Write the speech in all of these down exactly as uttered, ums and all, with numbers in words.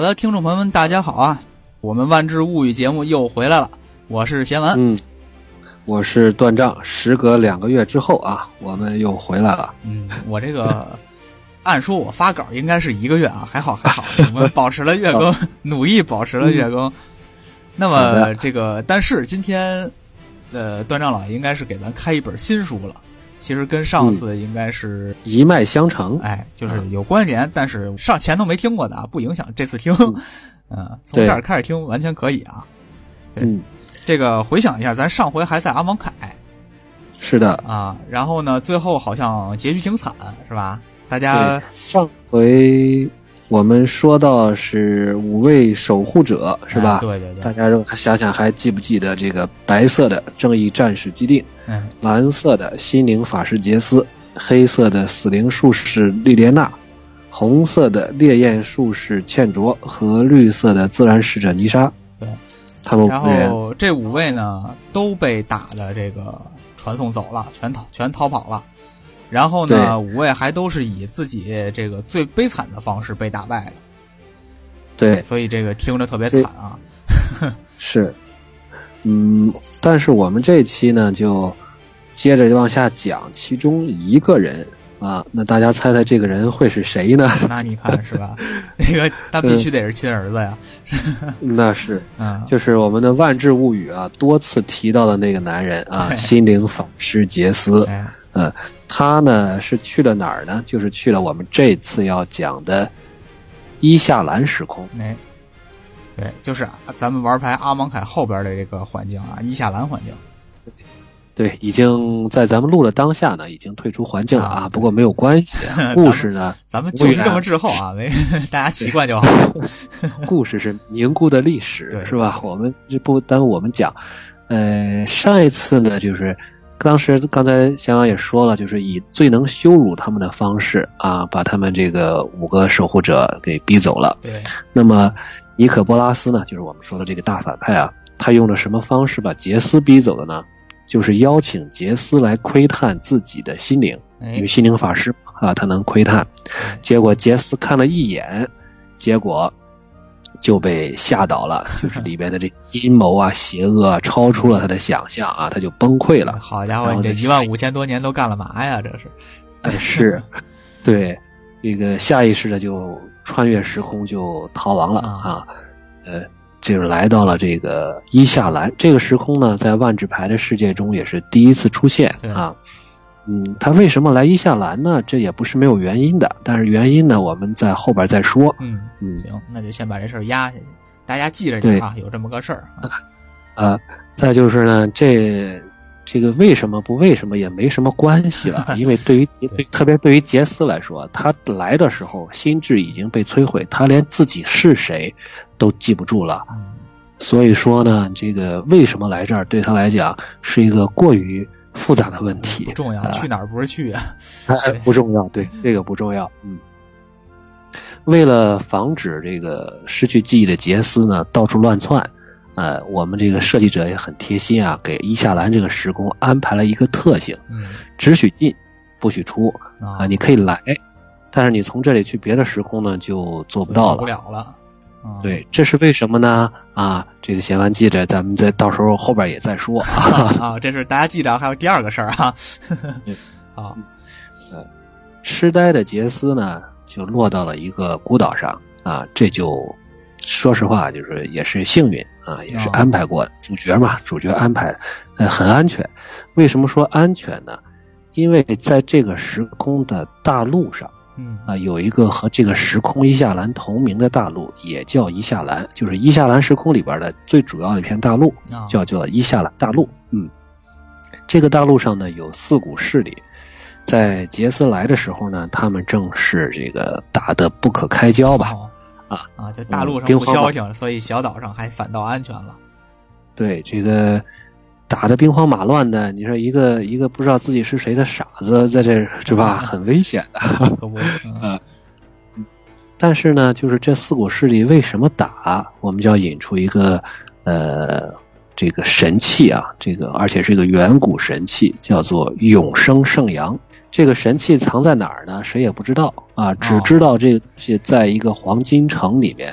的听众朋友们大家好啊，我们万智物语节目又回来了，我是贤文。 嗯，我是断账。时隔两个月之后啊，我们又回来了。 嗯，我这个按说我发稿应该是一个月啊，还好还好，我们保持了月更，努力保持了月更。嗯、那么这个，但是今天呃，断账老爷应该是给咱开一本新书了。其实跟上次应该是、 嗯、一脉相承， 哎，就是有关联，嗯、但是上前头没听过的啊，不影响这次听。嗯，呃、从这儿开始听完全可以啊。对， 嗯， 这个回想一下，咱上回还在阿芒凯， 是的啊，然后呢，最后好像结局挺惨，是吧？大家上回我们说到是五位守护者，是吧？ 哎、对对对， 大家想想还记不记得这个白色的正义战士基定？ 嗯， 蓝色的心灵法师杰斯，黑色的死灵术士莉莲娜，红色的烈焰术士茜卓和绿色的自然使者妮莎。 对， 他们五然人， 后这五位呢都被打的这个传送走了，全逃全逃跑了。然后呢，五位还都是以自己这个最悲惨的方式被打败的。 对， 所以这个听着特别惨啊。 是，嗯，但是我们这期呢就接着往下讲其中一个人啊，那大家猜猜这个人会是谁呢？ 那你看是吧？那个他必须得是亲儿子呀。 那是， 嗯， 就是我们的万智物语啊多次提到的那个男人啊，心灵法师杰斯。 哎嗯，他呢是去了哪儿呢？就是去了我们这次要讲的伊夏兰时空。 哎，对，就是咱们玩牌阿芒凯后边的这个环境啊，伊夏兰环境。 对，已经在咱们录的当下呢，已经退出环境了啊。不过没有关系，啊，故事呢， 咱们就是这么滞后啊，没大家习惯就好。 故事是凝固的历史，是吧？我们这不耽误我们讲。呃，上一次呢，就是当时刚才翔阳也说了，就是以最能羞辱他们的方式啊，把他们这个五个守护者给逼走了。 对。 那么尼可波拉斯呢，就是我们说的这个大反派啊，他用了什么方式把杰斯逼走的呢？就是邀请杰斯来窥探自己的心灵，因为心灵法师啊，他能窥探。结果杰斯看了一眼，结果就被吓倒了，就是里边的这阴谋啊、邪恶啊，超出了他的想象啊，他就崩溃了。 好家伙，你这一万五千多年都干了嘛呀？这是， 哎，是，对，这个下意识的就穿越时空就逃亡了啊，呃。就是来到了这个伊夏兰这个时空呢，在万智牌的世界中也是第一次出现啊。嗯，他为什么来伊夏兰呢？这也不是没有原因的，但是原因呢，我们在后边再说。 嗯嗯，行，那就先把这事儿压下去，大家记着点啊，有这么个事儿啊。 呃，再就是呢，这这个为什么不为什么也没什么关系了，因为对于特别对于杰斯来说，他来的时候心智已经被摧毁，他连自己是谁都记不住了。所以说呢，这个为什么来这儿对他来讲是一个过于复杂的问题。 不重要，呃、去哪儿不是去啊？ 不重要，对，这个不重要。嗯，为了防止这个失去记忆的杰斯呢到处乱窜。呃，我们这个设计者也很贴心啊，给伊夏兰这个时空安排了一个特性， 嗯， 只许进，不许出啊、呃。你可以来，但是你从这里去别的时空呢，就做不到了， 做不了了。嗯、 对，这是为什么呢？啊，这个写完记着，咱们再到时候后边也再说啊。 啊，这是大家记着，还有第二个事儿啊。好， 呃，痴呆的杰斯呢，就落到了一个孤岛上啊，这就。说实话，就是也是幸运啊，也是安排过的。主角嘛，主角安排，呃，很安全。为什么说安全呢？因为在这个时空的大陆上， 嗯啊，有一个和这个时空伊夏兰同名的大陆，也叫伊夏兰，就是伊夏兰时空里边的最主要的一片大陆，叫做伊夏兰大陆。嗯，这个大陆上呢有四股势力，在杰斯来的时候呢，他们正是这个打得不可开交吧。 哦啊啊！就大陆上不消停，所以小岛上还反倒安全了。 对，这个打得兵荒马乱的，你说一个一个不知道自己是谁的傻子在这是吧，很危险的。嗯，但是呢，就是这四股势力为什么打，我们就要引出一个呃这个神器啊，这个而且是一个远古神器，叫做永生圣阳。这个神器藏在哪儿呢？谁也不知道啊，只知道这个东西在一个黄金城里面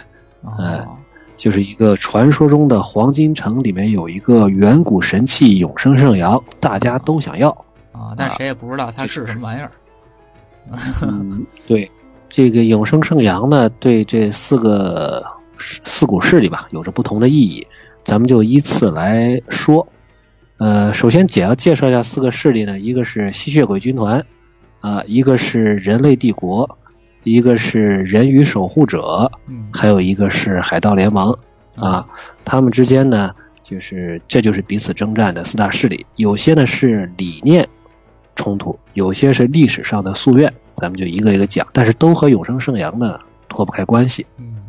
呃，哦、就是一个传说中的黄金城里面有一个远古神器永生圣阳，大家都想要啊，但谁也不知道它是什么玩意儿。 嗯，对，这个永生圣阳呢，对这四个四股势力吧，有着不同的意义，咱们就依次来说。呃，首先简要介绍一下四个势力呢，一个是吸血鬼军团，啊、呃，一个是人类帝国，一个是人鱼守护者，还有一个是海盗联盟啊。他们之间呢，就是这就是彼此征战的四大势力，有些呢是理念冲突，有些是历史上的夙愿，咱们就一个一个讲，但是都和永生圣阳呢脱不开关系。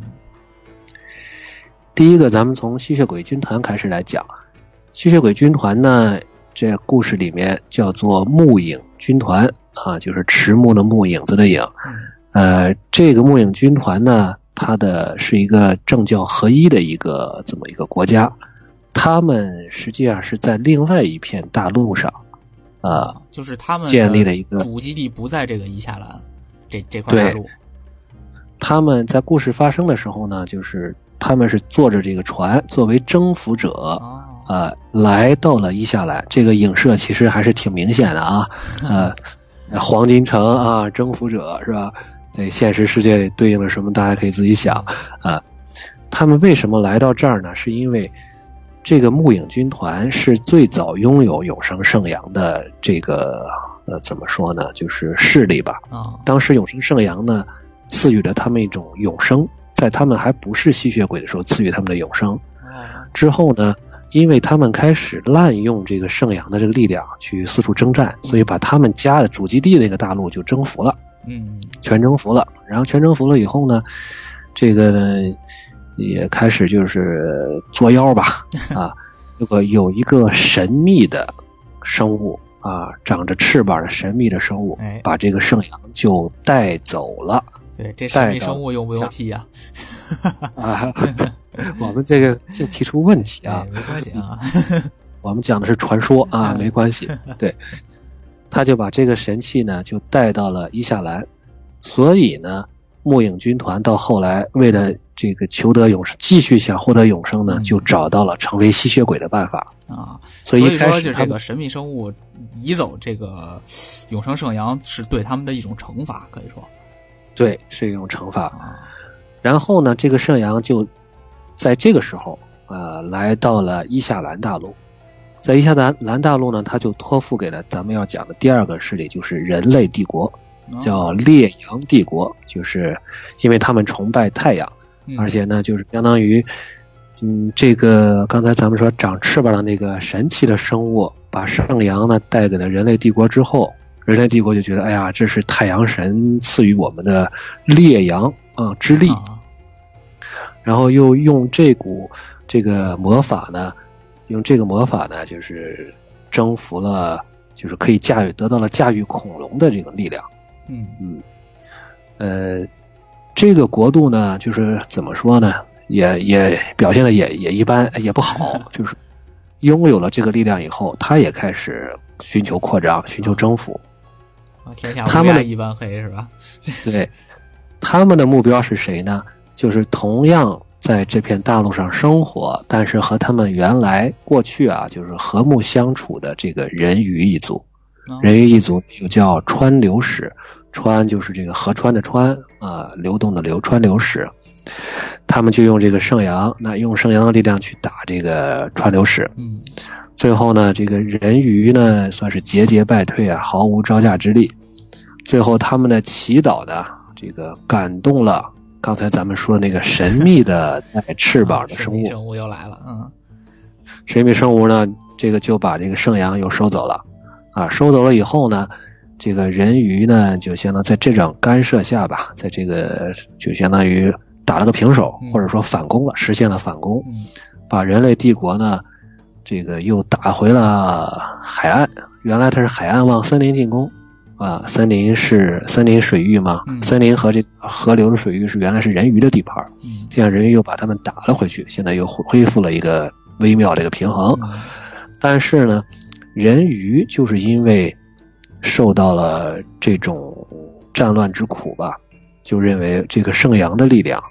第一个，咱们从吸血鬼军团开始来讲。吸血鬼军团呢，这故事里面叫做木影军团啊，就是迟暮的木，影子的影。呃，这个木影军团呢，它的是一个政教合一的一个这么一个国家，他们实际上是在另外一片大陆上，呃， 就是他们建立了一个主基地不在这个伊夏兰这这块大陆。 对，他们在故事发生的时候呢，就是他们是坐着这个船作为征服者。哦呃，来到了伊夏兰，这个影射其实还是挺明显的啊。呃，黄金城啊，征服者是吧？在现实世界里对应了什么？大家可以自己想啊、呃。他们为什么来到这儿呢？是因为这个木影军团是最早拥有永生圣阳的这个呃，怎么说呢？就是势力吧。当时永生圣阳呢，赐予了他们一种永生，在他们还不是吸血鬼的时候，赐予他们的永生。之后呢？因为他们开始滥用这个圣阳的这个力量去四处征战，所以把他们家的主基地那个大陆就征服了，嗯，全征服了。然后全征服了以后呢，这个呢也开始就是作妖吧，啊，这个有一个神秘的生物啊，长着翅膀的神秘的生物，把这个圣阳就带走了。 对，这神秘生物用不用提呀？ 啊，我们这个就提出问题啊， 没关系啊。 我们讲的是传说啊，没关系。对，他就把这个神器呢，就带到了伊夏兰，所以呢，木影军团到后来为了这个求得永生，继续想获得永生呢，就找到了成为吸血鬼的办法啊。 所以一开始说，就这个神秘生物移走这个永生圣阳，是对他们的一种惩罚，可以说。 对，是一种惩罚。然后呢，这个圣阳就在这个时候，呃，来到了伊夏兰大陆。在伊夏兰兰大陆呢，他就托付给了咱们要讲的第二个势力，就是人类帝国，叫烈阳帝国，就是因为他们崇拜太阳，而且呢，就是相当于，嗯，这个刚才咱们说长翅膀的那个神奇的生物，把圣阳呢带给了人类帝国之后。人类帝国就觉得，哎呀，这是太阳神赐予我们的烈阳啊之力，然后又用这股这个魔法呢，用这个魔法呢，就是征服了，就是可以驾驭，得到了驾驭恐龙的这个力量。嗯嗯，呃，这个国度呢，就是怎么说呢，也也表现的也也一般，也不好，就是拥有了这个力量以后，他也开始寻求扩张，寻求征服。 天下乌鸦一般黑是吧？ 对，他们的目标是谁呢？就是同样在这片大陆上生活，但是和他们原来过去啊，就是和睦相处的这个人鱼一族。哦、人鱼一族又叫川流使，川就是这个河川的川啊、呃，流动的流，川流使。他们就用这个圣阳，那用圣阳的力量去打这个川流使。嗯。最后呢，这个人鱼呢算是节节败退啊，毫无招架之力。最后他们的祈祷呢，这个感动了刚才咱们说的那个神秘的带翅膀的生物。 神秘生物又来了，嗯。 神秘生物呢，这个就把这个圣阳又收走了，啊，收走了以后呢，这个人鱼呢就相当在这种干涉下吧，在这个就相当于打了个平手，或者说反攻了，实现了反攻，把人类帝国呢。这个又打回了海岸，原来它是海岸往森林进攻啊，森林是森林水域嘛，嗯、森林和这河流的水域是原来是人鱼的地盘，嗯、这样人鱼又把他们打了回去，现在又恢复了一个微妙这个平衡。嗯、但是呢，人鱼就是因为受到了这种战乱之苦吧，就认为这个圣阳的力量不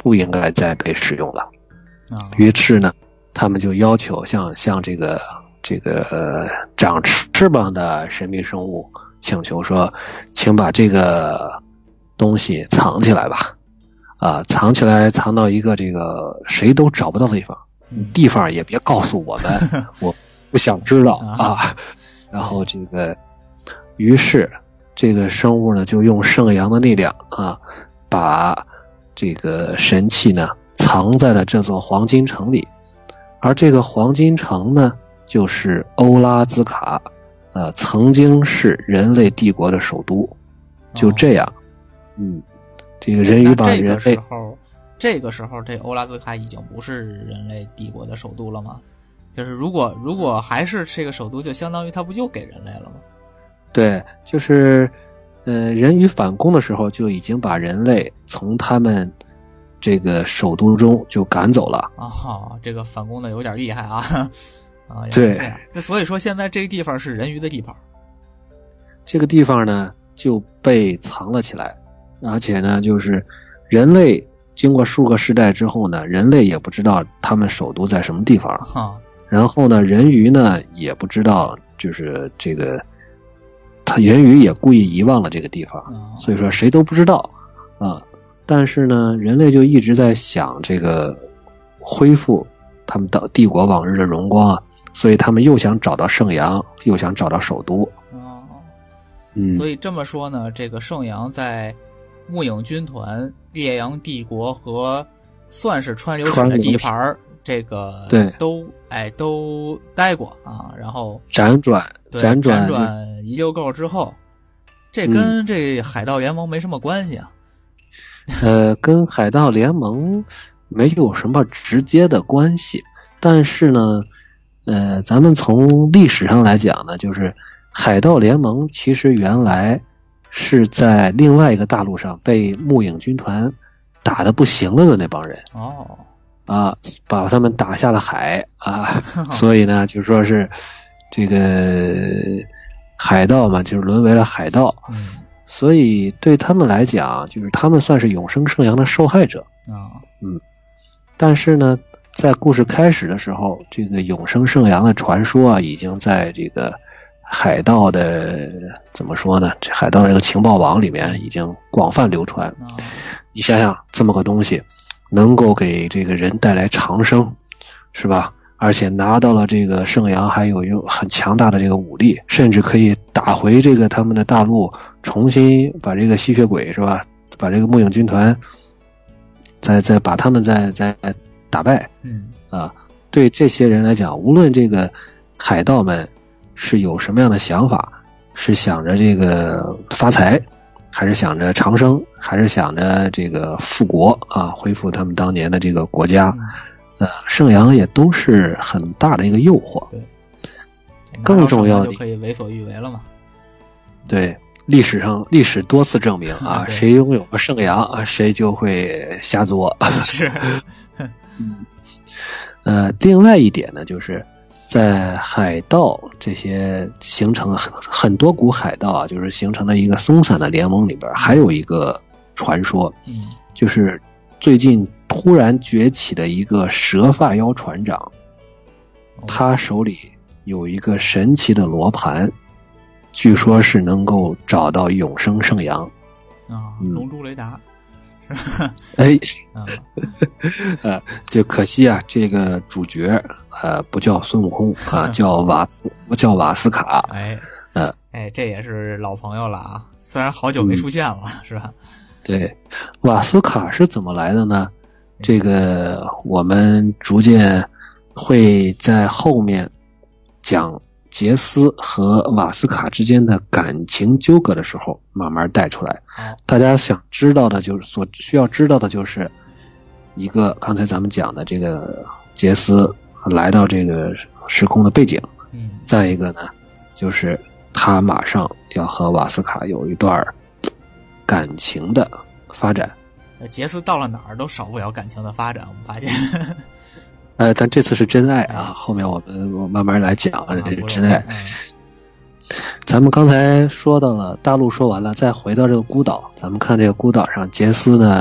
不应该再被使用了。于是呢，他们就要求向向这个这个、呃、长翅膀的神秘生物请求说，请把这个东西藏起来吧，啊，藏起来，藏到一个这个谁都找不到的地方，地方也别告诉我们，我不想知道啊。然后这个，于是这个生物呢，就用圣阳的力量啊，把这个神器呢藏在了这座黄金城里，而这个黄金城呢，就是欧拉兹卡，呃，曾经是人类帝国的首都。就这样，哦、嗯，这个人鱼把人类， 这个时候，这个时候，这欧拉兹卡已经不是人类帝国的首都了吗？就是如果如果还是这个首都，就相当于它不就给人类了吗？ 对，就是呃，人鱼反攻的时候就已经把人类从他们这个首都中就赶走了。 哦，这个反攻的有点厉害啊！啊， 对， 那所以说现在这个地方是人鱼的地盘。 这个地方呢就被藏了起来，而且呢，就是人类经过数个世代之后呢，人类也不知道他们首都在什么地方。 哈， 然后呢，人鱼呢也不知道，就是这个。他人鱼也故意遗忘了这个地方，所以说谁都不知道啊。但是呢，人类就一直在想这个恢复他们的帝国往日的荣光啊，所以他们又想找到圣阳，又想找到首都。 哦， 嗯， 所以这么说呢，这个圣阳在木影军团、烈阳帝国和算是川流史的地盘，这个对都哎都待过啊，然后辗转辗转辗转一溜够之后，这跟这海盗联盟没什么关系啊。 呃，跟海盗联盟没有什么直接的关系，但是呢，呃，咱们从历史上来讲呢，就是海盗联盟其实原来是在另外一个大陆上被木影军团打得不行了的那帮人。 哦。 啊，把他们打下了海啊，所以呢，就说是这个海盗嘛，就是沦为了海盗。 嗯， 所以对他们来讲，就是他们算是永生圣阳的受害者啊。 嗯，但是呢，在故事开始的时候，这个永生圣阳的传说啊，已经在这个海盗的怎么说呢？这海盗这个情报网里面已经广泛流传。 啊， 你想想，这么个东西。能够给这个人带来长生，是吧？而且拿到了这个圣阳，还有有很强大的这个武力，甚至可以打回这个他们的大陆，重新把这个吸血鬼，是吧？把这个木影军团再再把他们再再打败。 嗯啊，对这些人来讲，无论这个海盗们是有什么样的想法，是想着这个发财，还是想着长生，还是想着这个复国啊，恢复他们当年的这个国家，呃，圣阳也都是很大的一个诱惑。 对， 更重要的就可以为所欲为了嘛。 对，历史上历史多次证明啊，谁拥有个圣阳啊，谁就会瞎作。 是。 嗯，呃，另外一点呢，就是在海盗这些形成很很多股海盗啊，就是形成了一个松散的联盟里边，还有一个传说， 嗯， 就是最近突然崛起的一个蛇发妖船长，他手里有一个神奇的罗盘，据说是能够找到永生圣阳啊，龙珠雷达。 哎，呃，就可惜啊，这个主角呃不叫孙悟空啊，叫瓦斯，叫瓦斯卡。 哎， 呃， 哎，这也是老朋友了啊，虽然好久没出现了，嗯、是吧？ 对，瓦斯卡是怎么来的呢？这个我们逐渐会在后面讲杰斯和瓦斯卡之间的感情纠葛的时候慢慢带出来。大家想知道的就是所需要知道的就是一个刚才咱们讲的这个杰斯来到这个时空的背景， 嗯， 再一个呢就是他马上要和瓦斯卡有一段感情的发展。 杰斯到了哪儿都少不了感情的发展，我们发现。 呃，但这次是真爱啊，后面我们我慢慢来讲啊，这是真爱。咱们刚才说到了大陆，说完了，再回到这个孤岛，咱们看这个孤岛上，杰斯呢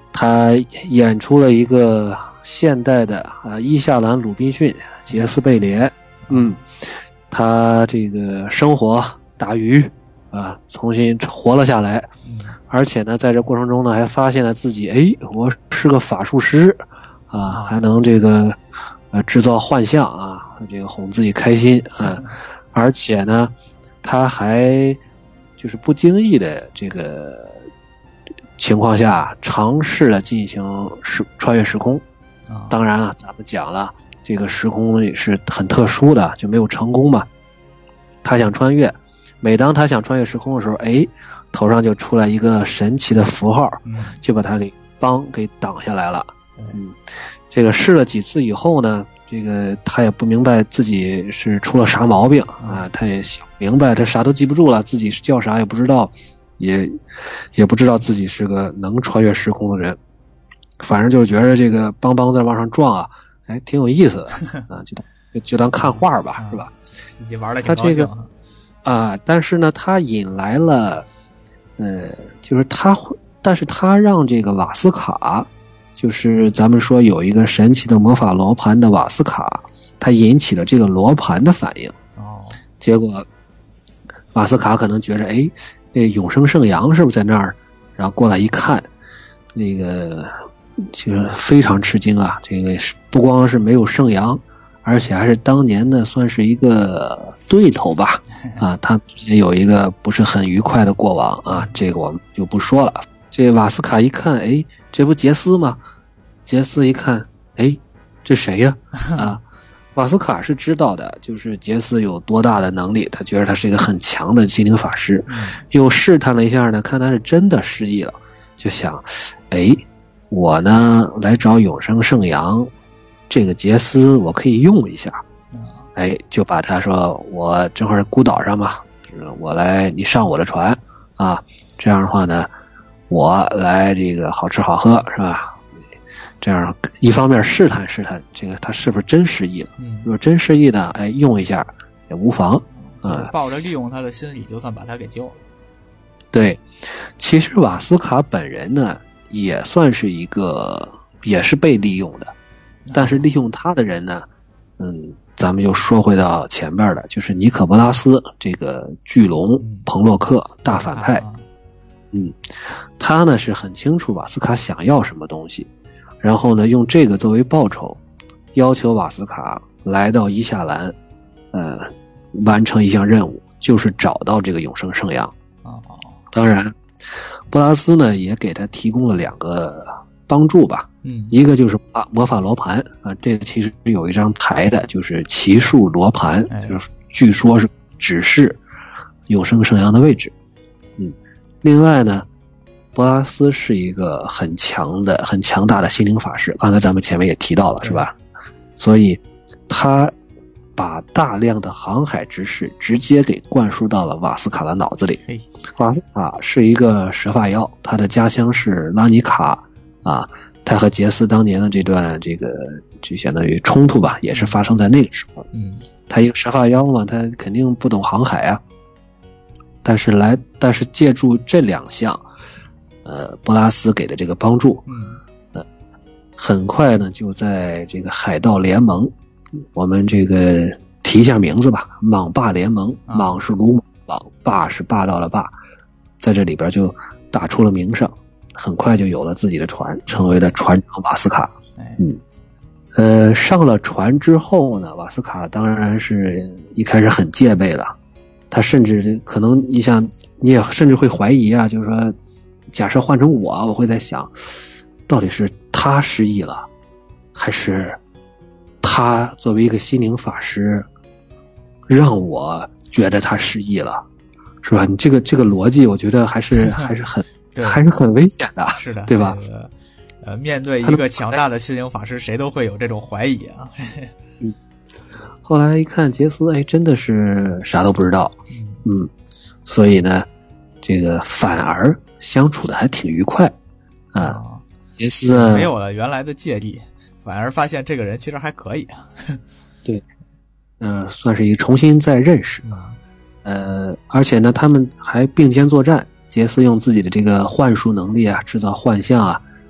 他演出了一个现代的啊伊夏兰鲁滨逊杰斯贝莲，嗯，他这个生活打鱼啊，重新活了下来，而且呢，在这过程中呢，还发现了自己，哎，我是个法术师啊，还能这个呃制造幻象啊，这个哄自己开心啊，而且呢，他还就是不经意的这个情况下尝试了进行时穿越时空，当然了，咱们讲了这个时空也是很特殊的，就没有成功嘛。他想穿越，每当他想穿越时空的时候，哎，头上就出来一个神奇的符号，就把他给帮给挡下来了。嗯，这个试了几次以后呢，这个他也不明白自己是出了啥毛病啊，他也想明白，他啥都记不住了，自己是叫啥也不知道。也也不知道自己是个能穿越时空的人，反正就觉得这个邦邦在往上撞啊，哎，挺有意思的啊，就当就就当看画吧，是吧？ 自己玩的挺高兴。 他这个啊，但是呢，他引来了，呃，就是他，但是他让这个瓦斯卡，就是咱们说有一个神奇的魔法罗盘的瓦斯卡，他引起了这个罗盘的反应。 哦， 结果瓦斯卡可能觉得，哎。这永生圣阳是不是在那儿？然后过来一看，那个就是非常吃惊啊！这个不光是没有圣阳，而且还是当年的算是一个对头吧？啊，他们之间有一个不是很愉快的过往啊，这个我们就不说了。这瓦斯卡一看，哎，这不杰斯吗？杰斯一看，哎，这谁呀？啊！瓦斯卡是知道的，就是杰斯有多大的能力，他觉得他是一个很强的心灵法师，又试探了一下呢，看他是真的失忆了，就想，哎，我呢来找永生圣阳，这个杰斯我可以用一下，哎，就把他说我正好在孤岛上嘛，我来你上我的船啊，这样的话呢，我来这个好吃好喝是吧？这样一方面试探试探这个他是不是真失忆了， 嗯， 如果真失忆呢，哎，用一下也无妨啊， 抱着利用他的心理，就算把他给救了。 对，其实瓦斯卡本人呢，也算是一个也是被利用的，但是利用他的人呢，嗯，咱们就说回到前面了，就是尼可波拉斯这个巨龙彭洛克大反派，嗯，他呢是很清楚瓦斯卡想要什么东西。然后呢，用这个作为报酬，要求瓦斯卡来到伊夏兰，呃，完成一项任务，就是找到这个永生圣阳。 哦， 当然，波拉斯呢也给他提供了两个帮助吧。 嗯， 一个就是啊魔法罗盘啊，这个其实有一张牌的，就是奇数罗盘， 哎、 就是据说是指示永生圣阳的位置。嗯，另外呢。波拉斯是一个很强的、很强大的心灵法师，刚才咱们前面也提到了，是吧？所以他把大量的航海知识直接给灌输到了瓦斯卡的脑子里。瓦斯卡是一个蛇发妖，他的家乡是拉尼卡啊，他和杰斯当年的这段这个就相当于冲突吧，也是发生在那个时候。 嗯，他一个蛇发妖嘛，他肯定不懂航海啊。但是来，但是借助这两项。呃，波拉斯给的这个帮助， 嗯， 呃，很快呢就在这个海盗联盟，我们这个提一下名字吧，莽霸联盟，莽是鲁莽，霸是霸道的霸，在这里边就打出了名声，很快就有了自己的船，成为了船长瓦斯卡。嗯，呃，上了船之后呢，瓦斯卡当然是一开始很戒备了，他甚至可能你想，你也甚至会怀疑啊，就是说。假设换成我，我会在想，到底是他失忆了，还是他作为一个心灵法师，让我觉得他失忆了，是吧？你这个这个逻辑，我觉得还是还是很还是很危险的， 是的， 对吧？ 这个、呃，面对一个强大的心灵法师，谁都会有这种怀疑啊。 嗯，后来一看杰斯，哎，真的是啥都不知道，嗯，所以呢，这个反而。相处的还挺愉快啊，杰斯没有了原来的芥蒂，反而发现这个人其实还可以啊。 对，嗯、呃，算是一个重新再认识啊。呃，而且呢，他们还并肩作战。杰斯用自己的这个幻术能力啊，制造幻象啊，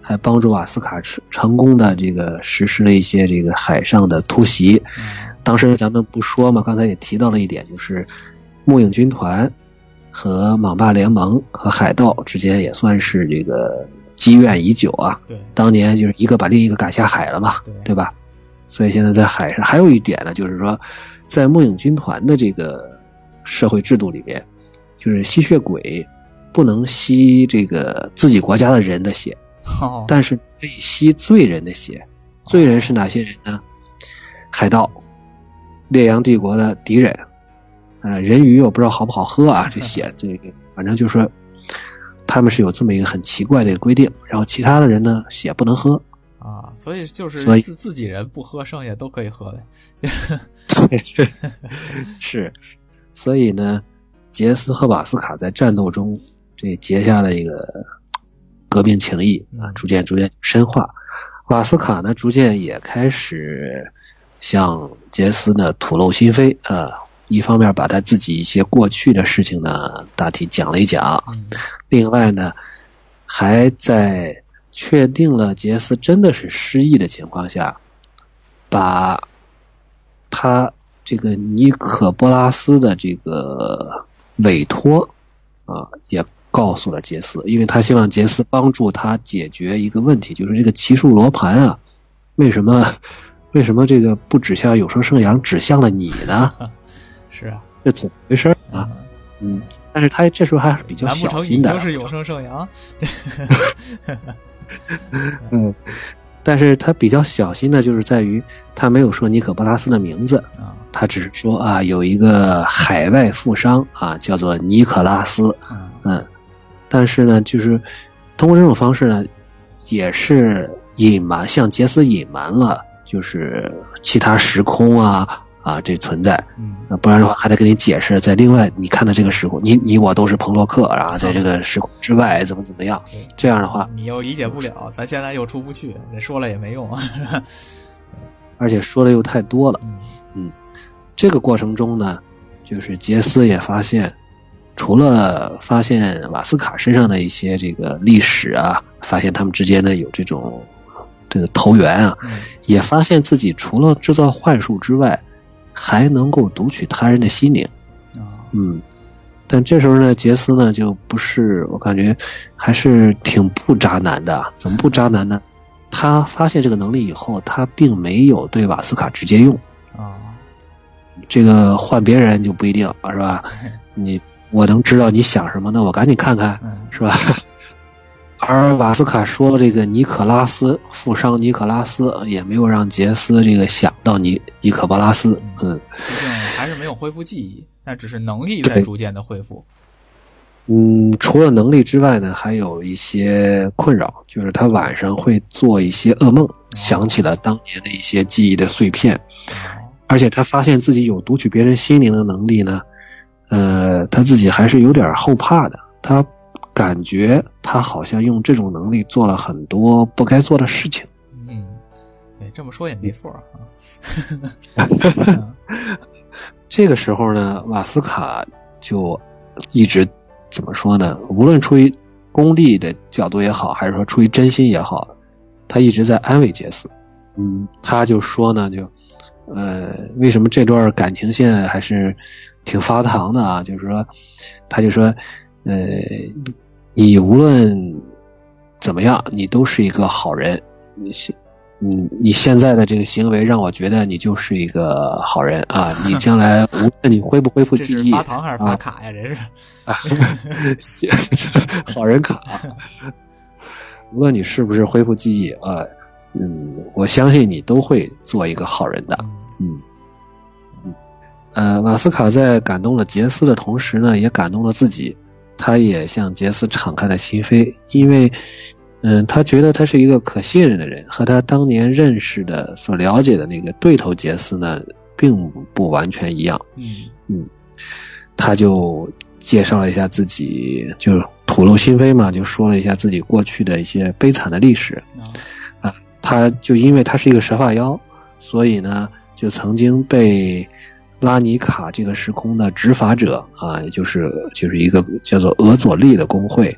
还帮助瓦斯卡成功的这个实施了一些这个海上的突袭。当时咱们不说嘛，刚才也提到了一点，就是木影军团和莽霸联盟和海盗之间也算是这个积怨已久啊。 对， 当年就是一个把另一个赶下海了嘛， 对, 对吧？所以现在在海上还有一点呢，就是说在木影军团的这个社会制度里面，就是吸血鬼不能吸这个自己国家的人的血， 哦， 但是可以吸罪人的血。罪人是哪些人呢？海盗，烈阳帝国的敌人，呃，人鱼我不知道好不好喝啊，这血这个反正就是说他们是有这么一个很奇怪的规定，然后其他的人呢血不能喝啊，所以就是自自己人不喝，剩下都可以喝呗。 是，所以呢，杰斯和瓦斯卡在战斗中这结下了一个革命情谊啊，逐渐逐渐深化。瓦斯卡呢，逐渐也开始向杰斯呢吐露心扉啊，一方面把他自己一些过去的事情呢大体讲了一讲，另外呢，还在确定了杰斯真的是失忆的情况下，把他这个尼可波拉斯的这个委托啊也告诉了杰斯，因为他希望杰斯帮助他解决一个问题，就是这个奇数罗盘啊，为什么为什么这个不指向有生圣阳，指向了你呢？ 是啊， 这怎么回事啊？嗯，但是他这时候还是比较小心的。 难不成你就是有生圣阳？ 嗯，但是他比较小心的就是在于他没有说尼可波拉斯的名字，他只是说啊有一个海外富商啊叫做尼可拉斯，嗯，但是呢就是通过这种方式呢也是隐瞒，向杰斯隐瞒了就是其他时空啊啊这存在，嗯，不然的话还得跟你解释，在另外你看的这个时空，你你我都是彭洛克，然后在这个时空之外怎么怎么样，这样的话你又理解不了，咱现在又出不去，说了也没用， 而且说的又太多了，嗯，这个过程中呢，就是杰斯也发现，除了发现瓦斯卡身上的一些这个历史啊，发现他们之间呢有这种这个投缘啊，嗯，也发现自己除了制造幻术之外，还能够读取他人的心灵，嗯，但这时候呢，杰斯呢就不是，我感觉还是挺不渣男的。怎么不渣男呢？他发现这个能力以后，他并没有对瓦斯卡直接用啊，这个换别人就不一定是吧？你我能知道你想什么呢？我赶紧看看，是吧？而瓦斯卡说这个尼可拉斯富商尼可拉斯也没有让杰斯这个想到尼尼可波拉斯，嗯， 毕竟还是没有恢复记忆，但只是能力在逐渐的恢复。 嗯，除了能力之外呢，还有一些困扰，就是他晚上会做一些噩梦，哦，想起了当年的一些记忆的碎片，哦，而且他发现自己有读取别人心灵的能力呢，呃，他自己还是有点后怕的，他感觉他好像用这种能力做了很多不该做的事情。 嗯，对，这么说也没错啊。这个时候呢，瓦斯卡就一直怎么说呢？无论出于功利的角度也好，还是说出于真心也好，他一直在安慰杰斯。嗯，他就说呢，就呃，为什么这段感情线还是挺发糖的啊？就是说，他就说，呃。你无论怎么样，你都是一个好人。你你你现在的这个行为让我觉得你就是一个好人啊！你将来无论你恢不恢复记忆， 这是发糖还是发卡呀？ 啊、这是好人卡。无论你是不是恢复记忆啊，嗯，我相信你都会做一个好人的。嗯嗯，呃，瓦斯卡在感动了杰斯的同时呢，也感动了自己。他也向杰斯敞开了心扉，因为嗯，他觉得他是一个可信任的人，和他当年认识的所了解的那个对头杰斯呢并不完全一样。嗯嗯，他就介绍了一下自己，就吐露心扉嘛，就说了一下自己过去的一些悲惨的历史。啊，他就因为他是一个蛇发妖，所以呢就曾经被拉尼卡这个时空的执法者啊，也就是就是一个叫做俄佐利的工会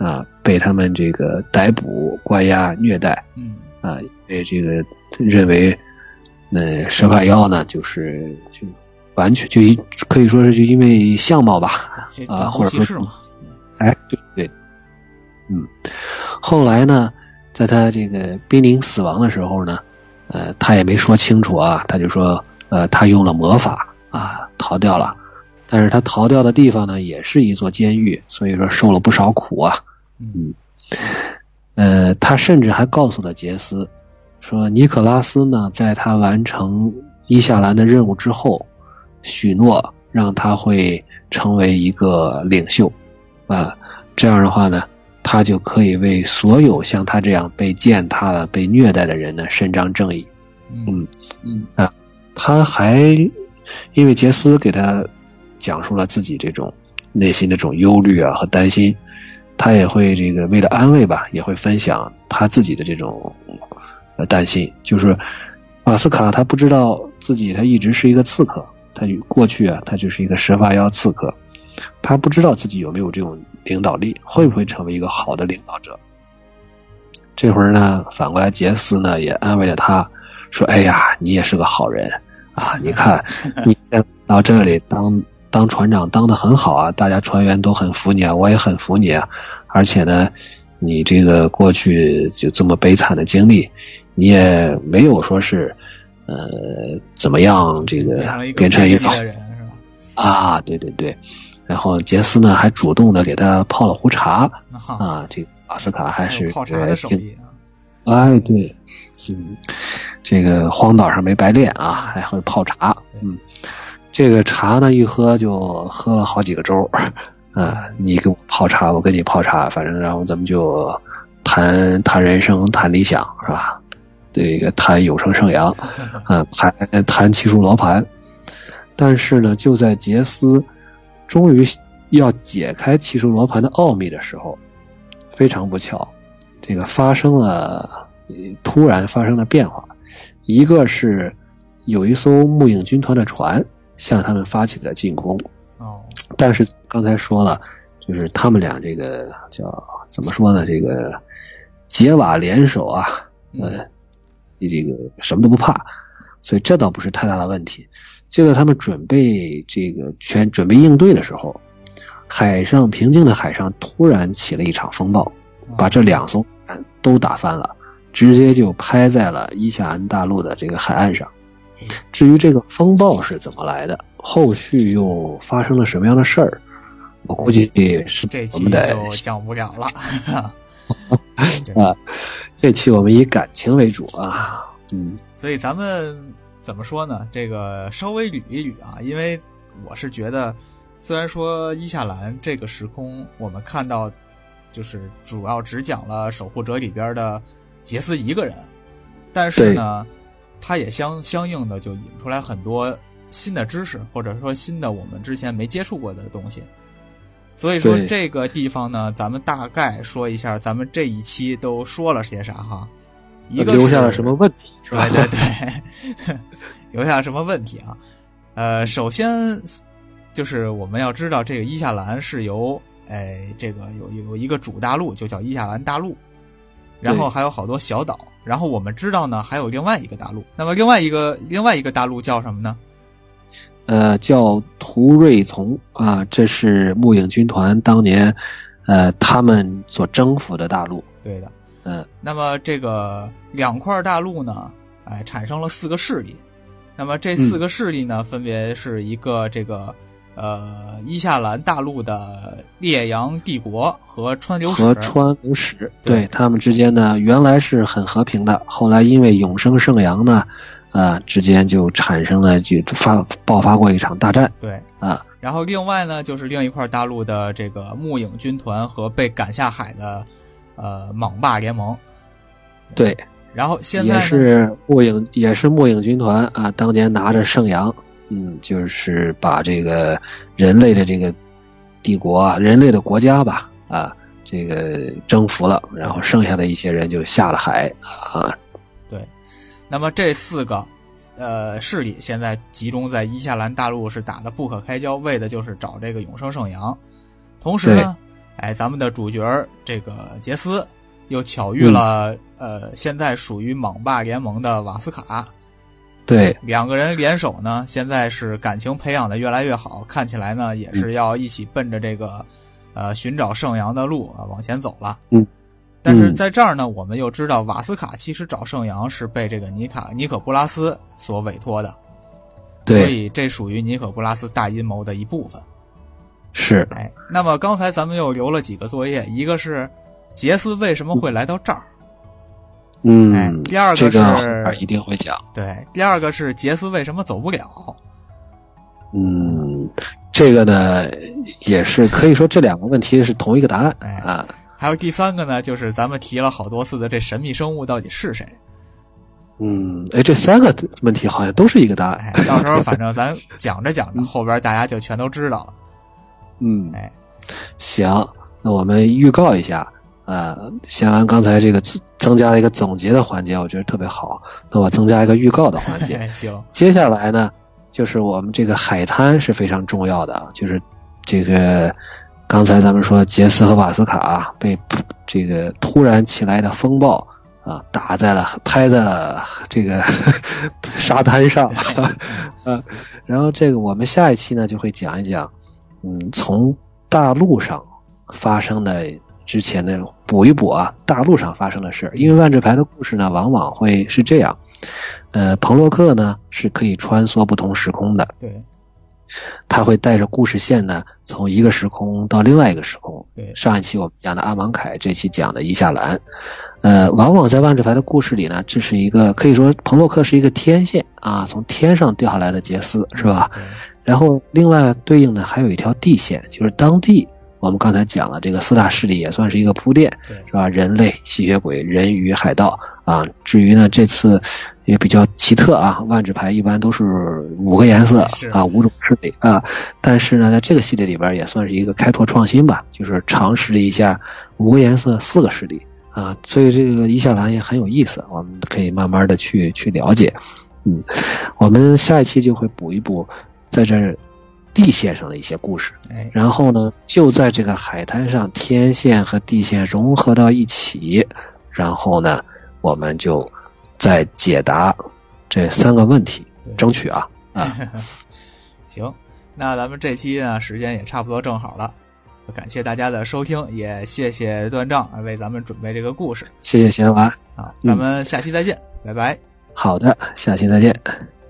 啊，被他们这个逮捕、关押、虐待， 嗯啊，被这个认为，那蛇发妖呢，就是就完全就一可以说是就因为相貌吧，啊，或者说，哎，对对，嗯，后来呢，在他这个濒临死亡的时候呢，呃，他也没说清楚啊，他就说，呃，他用了魔法啊，逃掉了。但是他逃掉的地方呢，也是一座监狱，所以说受了不少苦啊。嗯，呃，他甚至还告诉了杰斯，说尼可拉斯呢，在他完成伊夏兰的任务之后，许诺让他会成为一个领袖啊，这样的话呢，他就可以为所有像他这样被践踏的、被虐待的人呢伸张正义。嗯嗯啊，他还因为杰斯给他讲述了自己这种内心的这种忧虑啊和担心，他也会这个为了安慰吧，也会分享他自己的这种呃担心，就是瓦斯卡他不知道自己他一直是一个刺客，他过去啊他就是一个蛇发妖刺客，他不知道自己有没有这种领导力，会不会成为一个好的领导者。这会儿呢，反过来杰斯呢也安慰了他，说：“哎呀，你也是个好人啊！你看你现在到这里当。”当船长当得很好啊，大家船员都很服你啊，我也很服你啊。而且呢，你这个过去就这么悲惨的经历，你也没有说是呃怎么样这个变成一个人是吧？ 啊，对对对。然后杰斯呢还主动的给他泡了壶茶啊，这个瓦斯卡还是泡茶的手艺啊。 哎，对，嗯，这个荒岛上没白练啊，还会泡茶，嗯。这个茶呢，一喝就喝了好几个周，啊，你给我泡茶，我给你泡茶，反正然后咱们就谈谈人生，谈理想，是吧？这个谈永生圣阳，啊，谈谈七术罗盘。但是呢，就在杰斯终于要解开七术罗盘的奥秘的时候，非常不巧，这个发生了突然发生了变化，一个是有一艘木影军团的船向他们发起了进攻。 哦， 但是刚才说了，就是他们俩这个叫怎么说呢？这个结瓦联手啊，呃，你这个什么都不怕，所以这倒不是太大的问题。就在他们准备这个全准备应对的时候，海上平静的海上突然起了一场风暴，把这两艘船都打翻了，直接就拍在了伊夏安大陆的这个海岸上。至于这个风暴是怎么来的，后续又发生了什么样的事儿，我估计是我们得这期就讲不了了啊。这期我们以感情为主啊，嗯， 所以咱们怎么说呢？这个稍微捋一捋啊，因为我是觉得，虽然说伊夏兰这个时空我们看到就是主要只讲了守护者里边的杰斯一个人，但是呢它也相相应的就引出来很多新的知识，或者说新的我们之前没接触过的东西。所以说这个地方呢，咱们大概说一下咱们这一期都说了些啥哈。一个留下了什么问题是吧？ 对对对留下了什么问题啊。呃首先就是我们要知道这个伊夏兰是由哎这个有有一个主大陆就叫伊夏兰大陆，然后还有好多小岛，然后我们知道呢还有另外一个大陆，那么另外一个另外一个大陆叫什么呢？ 呃叫图瑞从啊，这是木影军团当年呃他们所征服的大陆。 对的。 嗯， 那么这个两块大陆呢，哎，产生了四个势力。那么这四个势力呢，嗯、分别是一个这个呃伊夏兰大陆的烈阳帝国和川流史。 和川流史，对，他们之间呢原来是很和平的，后来因为永生圣阳呢，啊、呃、之间就产生了就发爆发过一场大战。 对啊， 然后另外呢就是另一块大陆的这个木影军团和被赶下海的。呃，莽霸联盟， 对， 然后现在也是木影，也是木影军团啊，当年拿着圣阳，嗯，就是把这个人类的这个帝国啊，人类的国家吧，啊，这个征服了，然后剩下的一些人就下了海啊。 对，那么这四个呃势力现在集中在伊夏兰大陆，是打得不可开交，为的就是找这个永生圣阳，同时呢。 哎，咱们的主角这个杰斯又巧遇了、嗯、呃，现在属于莽霸联盟的瓦斯卡。 对， 两个人联手呢，现在是感情培养的越来越好，看起来呢也是要一起奔着这个、嗯、呃寻找圣阳的路啊往前走了。 嗯， 但是在这儿呢，我们又知道瓦斯卡其实找圣阳是被这个尼卡尼可布拉斯所委托的， 对， 所以这属于尼可布拉斯大阴谋的一部分。 是， 哎，那么刚才咱们又留了几个作业，一个是杰斯为什么会来到这儿？ 嗯， 哎，第二个是、 这个一定会讲。 对，第二个是杰斯为什么走不了？ 嗯，这个呢也是可以说这两个问题是同一个答案、哎、啊。 还有第三个呢，就是咱们提了好多次的这神秘生物到底是谁？ 嗯，哎，这三个问题好像都是一个答案。 哎，到时候反正咱讲着讲着，后边大家就全都知道了。 嗯， 哎， 行，那我们预告一下。呃，像安刚才这个增加了一个总结的环节，我觉得特别好。那我增加一个预告的环节。 行， 接下来呢，就是我们这个海滩是非常重要的，就是这个刚才咱们说杰斯和瓦斯卡被这个突然起来的风暴啊打在了拍在了这个沙滩上啊，然后这个我们下一期呢就会讲一讲，嗯，从大陆上发生的。之前的补一补啊，大陆上发生的事，因为万智牌的故事呢，往往会是这样，呃，彭洛克呢是可以穿梭不同时空的， 对， 他会带着故事线呢，从一个时空到另外一个时空。 对， 上一期我们讲的阿芒凯，这期讲的伊夏兰，呃，往往在万智牌的故事里呢，这是一个可以说彭洛克是一个天线啊，从天上掉下来的杰斯是吧？ 对， 然后另外对应的还有一条地线，就是当地。我们刚才讲了这个四大势力也算是一个铺垫，是吧？人类、吸血鬼、人鱼、海盗啊。至于呢，这次也比较奇特啊，万智牌一般都是五个颜色啊，五种势力啊。但是呢，在这个系列里边也算是一个开拓创新吧，就是尝试了一下五个颜色四个势力啊。所以这个伊夏兰也很有意思，我们可以慢慢的去去了解。嗯，我们下一期就会补一补在这儿。地线上的一些故事，然后呢，就在这个海滩上，天线和地线融合到一起，然后呢，我们就再解答这三个问题，争取啊啊， 行，那咱们这期呢，时间也差不多正好了，感谢大家的收听，也谢谢段丈为咱们准备这个故事， 谢谢贤娃啊，咱们下期再见，嗯、拜拜。 好的，下期再见。